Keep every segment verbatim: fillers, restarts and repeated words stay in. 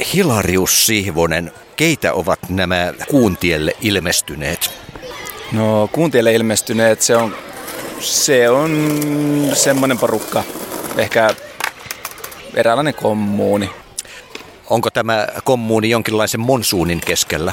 Hilarius Sihvonen, keitä ovat nämä Kuuntielle ilmestyneet? No Kuuntielle ilmestyneet, se on, se on semmoinen porukka, ehkä eräänlainen kommuuni. Onko tämä kommuuni jonkinlaisen monsuunin keskellä?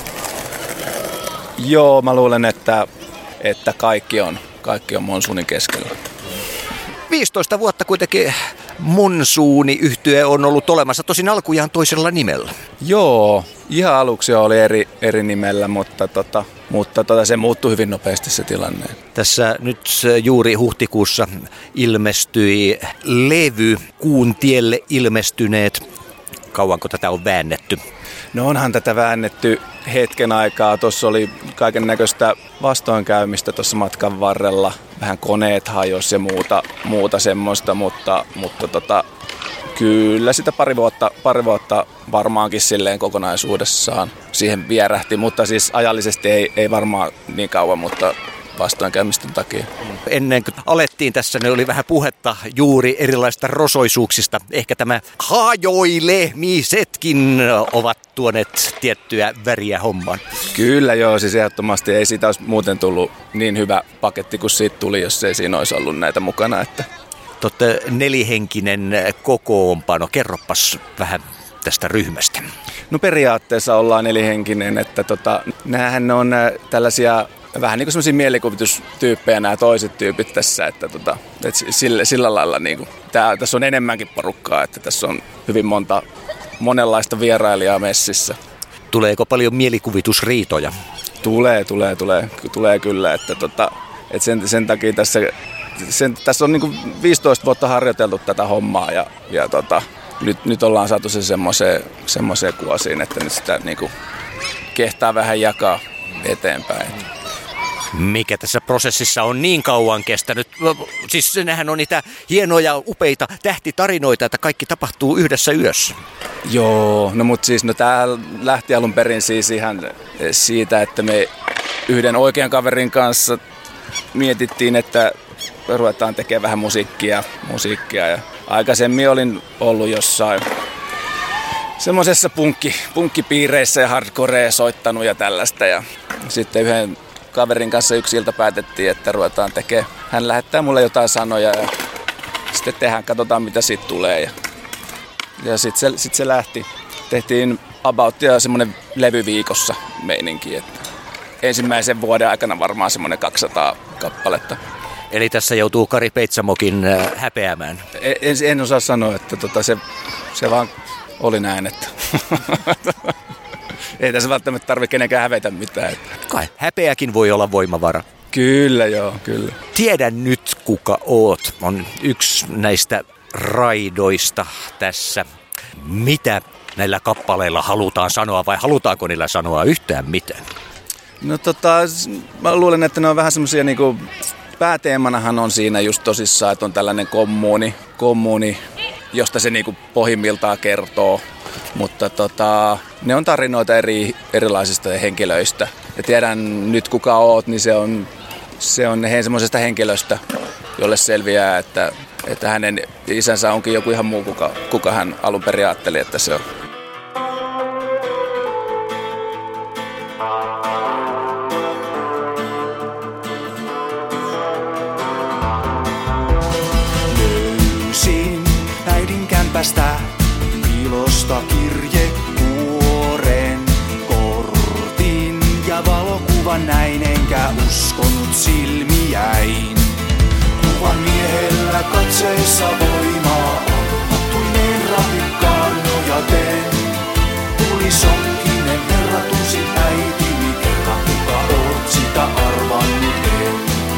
Joo, mä luulen, että, että kaikki on, kaikki on monsuunin keskellä. viisitoista vuotta kuitenkin Monsuuni-yhtye on ollut olemassa, tosin alkujaan toisella nimellä. Joo, ihan aluksi oli eri, eri nimellä, mutta, tota, mutta tota, se muuttui hyvin nopeasti se tilanne. Tässä nyt juuri huhtikuussa ilmestyi levy Kuuntielle ilmestyneet. Kauanko tätä on väännetty? No onhan tätä väännetty hetken aikaa. Tuossa oli kaiken näköistä vastoinkäymistä tuossa matkan varrella. Vähän koneet hajosi ja muuta, muuta semmoista, mutta, mutta tota, kyllä sitä pari vuotta, pari vuotta varmaankin silleen kokonaisuudessaan siihen vierähti. Mutta siis ajallisesti ei, ei varmaan niin kauan, mutta vastoinkäymisten takia. Ennen kuin alettiin tässä, ne oli vähän puhetta juuri erilaisista rosoisuuksista. Ehkä tämä hajoilemisetkin ovat tuoneet tiettyä väriä hommaan. Kyllä joo, siis ehdottomasti ei siitä olisi muuten tullut niin hyvä paketti kuin siitä tuli, jos ei siinä olisi ollut näitä mukana. Että. Totta nelihenkinen kokoonpano, kerropas vähän tästä ryhmästä. No periaatteessa ollaan nelihenkinen, että tota, näähän on tällaisia vähän niin kuin semmoisia mielikuvitustyyppejä nämä toiset tyypit tässä, että, tota, että sillä, sillä lailla niin kuin, tää, tässä on enemmänkin porukkaa, että tässä on hyvin monta monenlaista vierailijaa messissä. Tuleeko paljon mielikuvitusriitoja? Tulee, tulee, tulee, tulee kyllä, että, tota, että sen, sen takia tässä, sen, tässä on niin kuin viisitoista vuotta harjoiteltu tätä hommaa ja, ja tota, nyt, nyt ollaan saatu se semmoiseen kuosiin, että nyt sitä niin kuin kehtaa vähän jakaa eteenpäin. Mikä tässä prosessissa on niin kauan kestänyt? Siis nehän on niitä hienoja, upeita tähtitarinoita, että kaikki tapahtuu yhdessä yössä. Joo, no mutta siis no tää lähti alun perin siis ihan siitä, että me yhden oikean kaverin kanssa mietittiin, että ruvetaan tekemään vähän musiikkia, musiikkia ja aikaisemmin olin ollut jossain semmoisessa punkki, punkkipiireissä ja hardcorea soittanut ja tällaista ja sitten yhden kaverin kanssa yksi ilta päätettiin, että ruvetaan tekemään. Hän lähettää mulle jotain sanoja ja sitten tehdään, katsotaan mitä siitä tulee. Ja, ja sitten se, sit se lähti. Tehtiin about ja semmoinen levy viikossa meininki. Että ensimmäisen vuoden aikana varmaan semmoinen kaksisataa kappaletta. Eli tässä joutuu Kari Peitsamokin häpeämään. En, en osaa sanoa, että tota se, se vaan oli näin. Että ei tässä välttämättä tarvitse kenenkään hävetä mitään. Kai häpeäkin voi olla voimavara. Kyllä joo, kyllä. Tiedän nyt kuka oot. On yksi näistä raidoista tässä. Mitä näillä kappaleilla halutaan sanoa vai halutaanko niillä sanoa yhtään mitään? No tota, mä luulen, että ne on vähän semmosia niinku, pääteemanahan on siinä just tosissaan, että on tällainen kommuuni, kommuuni josta se niinku pohjimmiltaan kertoo. Mutta tota, ne on tarinoita eri, erilaisista henkilöistä. Ja tiedän nyt kuka oot, niin se on, se on semmoisesta henkilöstä, jolle selviää, että, että hänen isänsä onkin joku ihan muu, kuka, kuka hän alun perin ajatteli, että se on. Löysin äidin kämpästä piilosta kirjekuoren, kortin ja valokuvan näin, enkä uskonut silmiäin. Kuvan miehellä katseissa voimaa on, hattuineen ratikkaan nojaten. Tuli sokkinen herra, tunsin äitini kerran, kuka oot sitä arvannut en.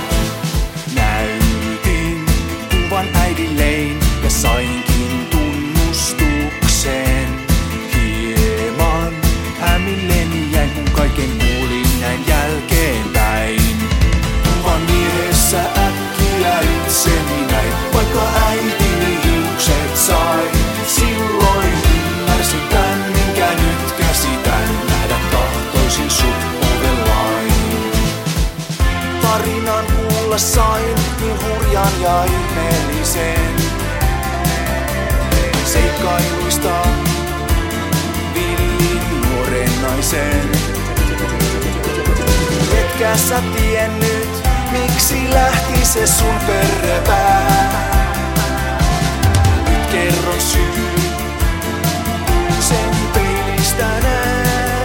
Näytin kuvan äidillein ja sainkin tunnustuksen. Hieman hämilleni jäin, kun kaiken kuulin näin jälkeenpäin. Kuvan miehessä äkkiä itseni näin, vaikka äitini hiukset sai. Silloin ymmärsin tän, minkä nyt käsitän, nähdä tahtoisin sut ovellain. Tarinan kuulla sain, niin hurjan ja ihmeellisen. Seikkailuista etkä sä tiennyt, miksi lähti se sun perrepää. Nyt kerron syy, sen peilistä näen.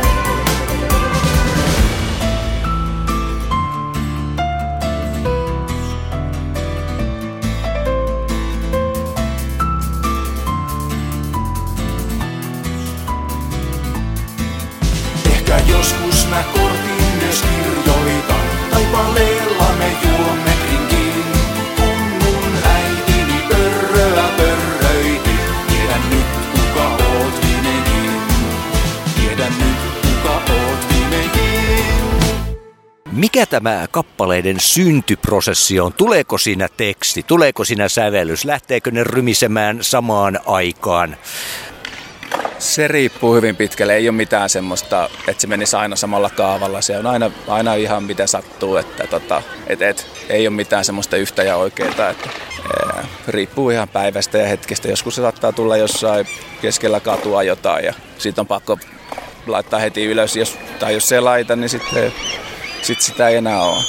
Ehkä joskus mä kortin myös kirjoitan, taipaleella me juomme drinkin. Kun mun äitini pörröä pörröiti, tiedän nyt kuka oot viimein. Tiedän nyt kuka oot viimein. Mikä tämä kappaleiden syntyprosessi on? Tuleeko siinä teksti? Tuleeko siinä sävellys? Lähteekö ne rymisemään samaan aikaan? Se riippuu hyvin pitkälle. Ei ole mitään semmoista, että se menisi aina samalla kaavalla. Se on aina, aina ihan mitä sattuu. Että tota, et, et, ei ole mitään semmoista yhtä ja oikeaa. Että, ää, riippuu ihan päivästä ja hetkestä. Joskus se saattaa tulla jossain keskellä katua jotain ja siitä on pakko laittaa heti ylös. Jos, tai jos se ei laita, niin sitten sit sitä ei enää ole.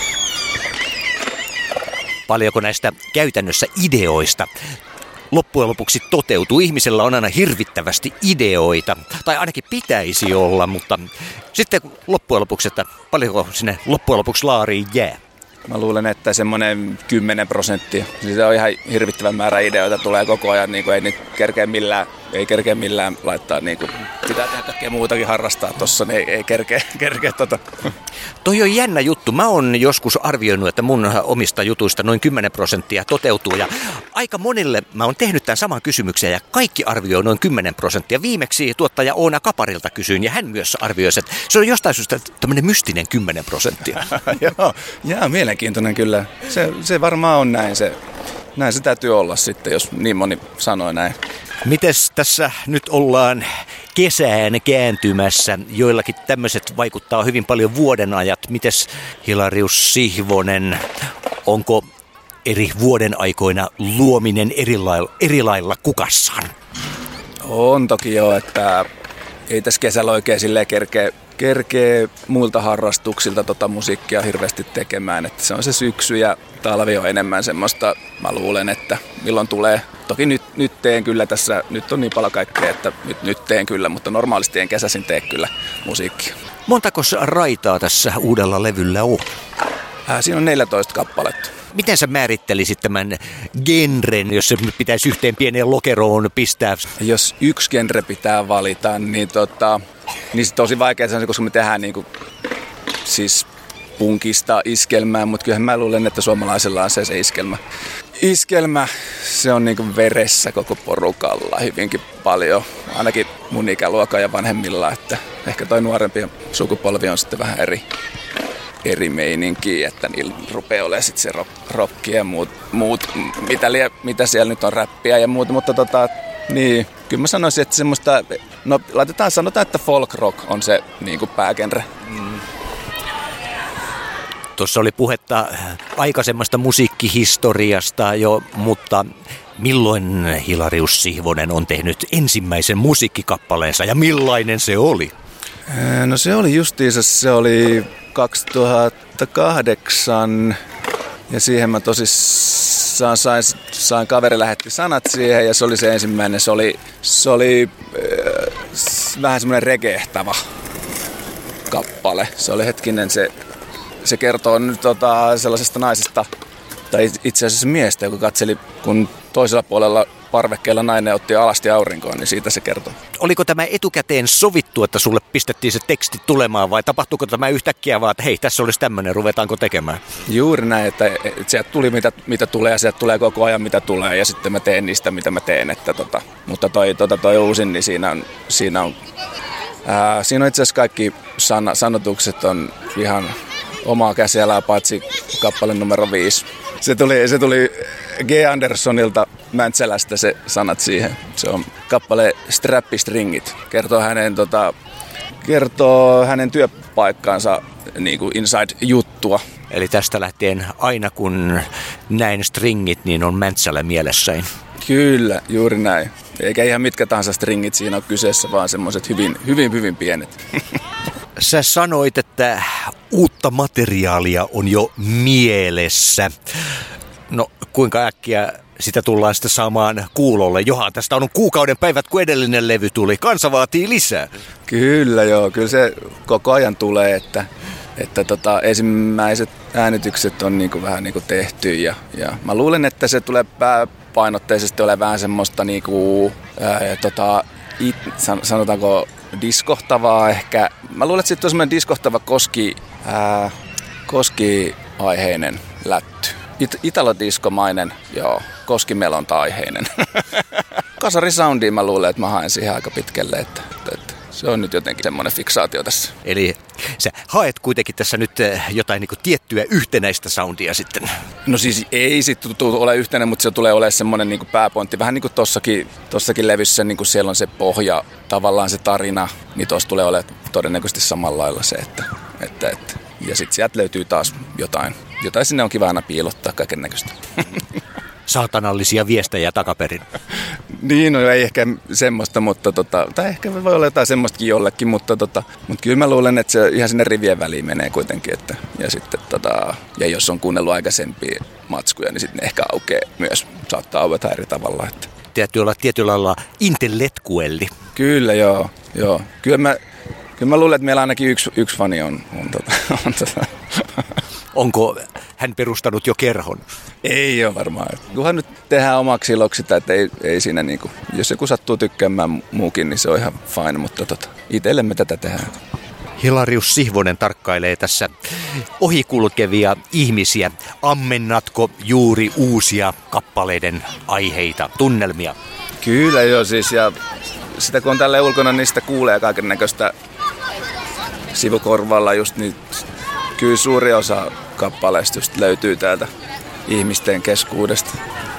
Paljonko näistä käytännössä ideoista loppujen lopuksi toteutuu? Ihmisellä on aina hirvittävästi ideoita, tai ainakin pitäisi olla, mutta sitten loppujen lopuksi, että paljonko sinne loppujen lopuksi laariin jää? Mä luulen, että semmoinen kymmenen prosenttia. Siis se on ihan hirvittävän määrä ideoita, tulee koko ajan, niin kuin ei nyt kerkeä millään, ei kerkeä millään laittaa, niin kuin pitää tehdä kaikkea muutakin harrastaa tossa, niin ei, ei kerkeä, kerkeä tota. Toi on jännä juttu. Mä oon joskus arvioinut, että mun omista jutuista noin kymmenen prosenttia toteutuu ja aika monille mä oon tehnyt tämän saman kysymyksen ja kaikki arvioi noin kymmenen prosenttia. Viimeksi tuottaja Oona Kaparilta kysyin ja hän myös arvioi, että se on jostain syystä tämmöinen mystinen kymmenen prosenttia. Joo, jaa, mielenkiintoinen kyllä. Se, se varmaan on näin. Se, näin se täytyy olla sitten, jos niin moni sanoo näin. Mites tässä nyt ollaan kesään kääntymässä? Joillakin tämmöiset vaikuttaa hyvin paljon vuodenajat. Mites Hilarius Sihvonen, onko eri vuoden aikoina luominen eri lailla, eri lailla kukassaan? On toki jo, että ei tässä kesällä oikein silleen kerkeä, kerkeä muilta harrastuksilta tota musiikkia hirveästi tekemään. Että se on se syksy ja talvi on enemmän semmoista, mä luulen, että milloin tulee. Toki nyt, nyt teen kyllä tässä, nyt on niin paljon kaikkea, että nyt, nyt teen kyllä, mutta normaalisti en kesäisin tee kyllä musiikkia. Montakos raitaa tässä uudella levyllä on? Äh, siinä on neljätoista kappaletta. Miten sä määrittelisit tämän genren, jos se pitäisi yhteen pieneen lokeroon pistää? Jos yksi genre pitää valita, niin, tota, niin se tosi vaikea sanoa, koska me tehdään niinku, siis punkista iskelmää, mutta kyllähän mä luulen, että suomalaisella on se, se iskelmä. Iskelmä, se on niinku veressä koko porukalla hyvinkin paljon, ainakin mun ikäluokan ja vanhemmilla, että ehkä toi nuorempi sukupolvi on sitten vähän eri. eri meininkiä, että niillä rupeaa olemaan sitten se rocki ja muut, muut mitä, lie, mitä siellä nyt on räppiä ja muuta, mutta tota, niin, kyllä mä sanoisin, että semmoista, no laitetaan, sanotaan, että folk rock on se niin kuin päägenre. Mm. Tuossa oli puhetta aikaisemmasta musiikkihistoriasta jo, mutta milloin Hilarius Sihvonen on tehnyt ensimmäisen musiikkikappaleensa ja millainen se oli? No se oli justiinsa, se oli kaksituhattakahdeksan ja siihen mä tosissaan sain, sain kaveri lähetti sanat siihen ja se oli se ensimmäinen, se oli, se oli äh, vähän semmoinen regehtava kappale. Se oli hetkinen, se, se kertoo nyt tota, sellaisesta naisesta tai itse asiassa miestä, joka katseli, kun toisella puolella parvekkeella nainen otti alasti aurinkoon, niin siitä se kertoo. Oliko tämä etukäteen sovittu, että sulle pistettiin se teksti tulemaan vai tapahtuiko tämä yhtäkkiä vaan, että hei, tässä olisi tämmöinen, ruvetaanko tekemään? Juuri näin, että, että sieltä tuli mitä, mitä tulee ja sieltä tulee koko ajan mitä tulee ja sitten mä teen niistä mitä mä teen. Että tota, mutta toi, tota, toi uusin, niin siinä on, siinä on, ää, siinä on itse asiassa kaikki san, sanotukset on ihan omaa käsialaa, paitsi kappale numero viisi. Se tuli, se tuli G. Anderssonilta Mäntsälästä se sanat siihen. Se on kappale Strappistringit. Kertoo hänen, tota, kertoo hänen työpaikkaansa niin kuin inside-juttua. Eli tästä lähtien aina kun näin stringit, niin on Mäntsälä mielessäin. Kyllä, juuri näin. Eikä ihan mitkä tahansa stringit siinä ole kyseessä, vaan semmoiset hyvin, hyvin, hyvin pienet. Sä sanoit, että uutta materiaalia on jo mielessä. No kuinka äkkiä sitä tullaan sitten saamaan kuulolle? Johan tästä on kuukauden päivät, kun edellinen levy tuli. Kansa vaatii lisää. Kyllä joo, kyllä se koko ajan tulee, että, että tota, ensimmäiset äänitykset on niinku vähän niinku tehty ja, ja mä luulen, että se tulee pääpainotteisesti olemaan vähän semmoista niinku, ää, tota, it, sanotaanko diskohtavaa ehkä. Mä luulen, että sitten on semmoinen diskohtava koski, ää, koski-aiheinen lätty. It- Italo-diskomainen, joo, koskimelonta-aiheinen. Kasarisoundiin mä luulen, että mä haen siihen aika pitkälle, että, että se on nyt jotenkin semmoinen fiksaatio tässä. Eli sä haet kuitenkin tässä nyt jotain niin kuin tiettyä yhtenäistä soundia sitten. No siis ei sitten tule ole yhtenäinen, mutta se tulee olemaan semmoinen niin kuin pääpointti. Vähän niin kuin tossakin, tossakin levyssä, niin kuin siellä on se pohja, tavallaan se tarina, niin tossa tulee olemaan todennäköisesti samalla lailla se, että, että, että. Ja sitten sieltä löytyy taas jotain. Jotain sinne on kiva aina piilottaa kaiken näköistä. Saatanallisia viestejä takaperin. Niin, no ei ehkä semmoista, mutta tota, tai ehkä voi olla jotain semmoistakin jollekin, mutta, tota, mutta kyllä mä luulen, että se ihan sinne rivien väliin menee kuitenkin. Että, ja, sitten, tota, ja jos on kuunnellut aikaisempia matskuja, niin sitten ne ehkä aukeaa myös, saattaa aueta eri tavalla. Että. Täytyy olla tietyllä lailla intellettuelli. Kyllä joo, joo. Kyllä mä, kyllä mä luulen, että meillä ainakin yksi, yksi fani on. on, tota, on tota. Onko hän perustanut jo kerhon? Ei ole varmaan. Kunhan nyt tehdään omaksi iloksi, että ei, ei siinä niinku, jos joku sattuu tykkäämään muukin, niin se on ihan fine, mutta tota, itsellemme tätä tehdään. Hilarius Sihvonen tarkkailee tässä ohikulkevia ihmisiä. Ammennatko juuri uusia kappaleiden aiheita, tunnelmia? Kyllä joo siis, ja sitä kun on tälleen ulkona, niin sitä kuulee kaiken näköistä sivukorvalla just, niin kyllä suuri osa kappaleista just löytyy täältä ihmisten keskuudesta.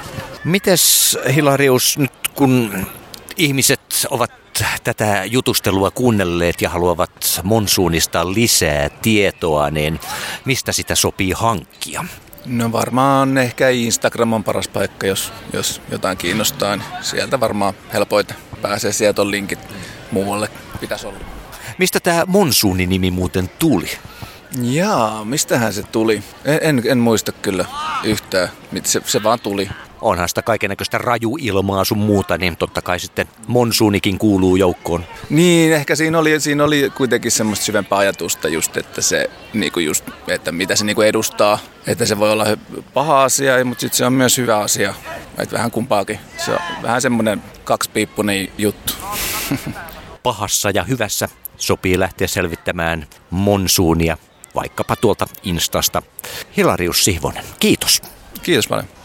Mites Hilarius, nyt kun ihmiset ovat tätä jutustelua kuunnelleet ja haluavat Monsuunista lisää tietoa, niin mistä sitä sopii hankkia? No varmaan ehkä Instagram on paras paikka, jos, jos jotain kiinnostaa, niin sieltä varmaan helpoita pääsee, sieltä on linkit muualle pitäisi olla. Mistä tämä Monsuuni-nimi muuten tuli? Jaa, mistähän se tuli? En, en, en muista kyllä yhtään, se, se vaan tuli. Onhan sitä kaikennäköistä rajuilmaa sun muuta, niin totta kai sitten Monsuunikin kuuluu joukkoon. Niin, ehkä siinä oli, siinä oli kuitenkin semmoista syvempää ajatusta just, että se niinku just, että mitä se niinku edustaa. Että se voi olla paha asia, mutta sitten se on myös hyvä asia. Että vähän kumpaakin. Se on vähän semmoinen kaksipiippunen juttu. Pahassa ja hyvässä sopii lähteä selvittämään Monsuunia vaikkapa tuolta Instasta. Hilarius Sihvonen, kiitos. Kiitos paljon.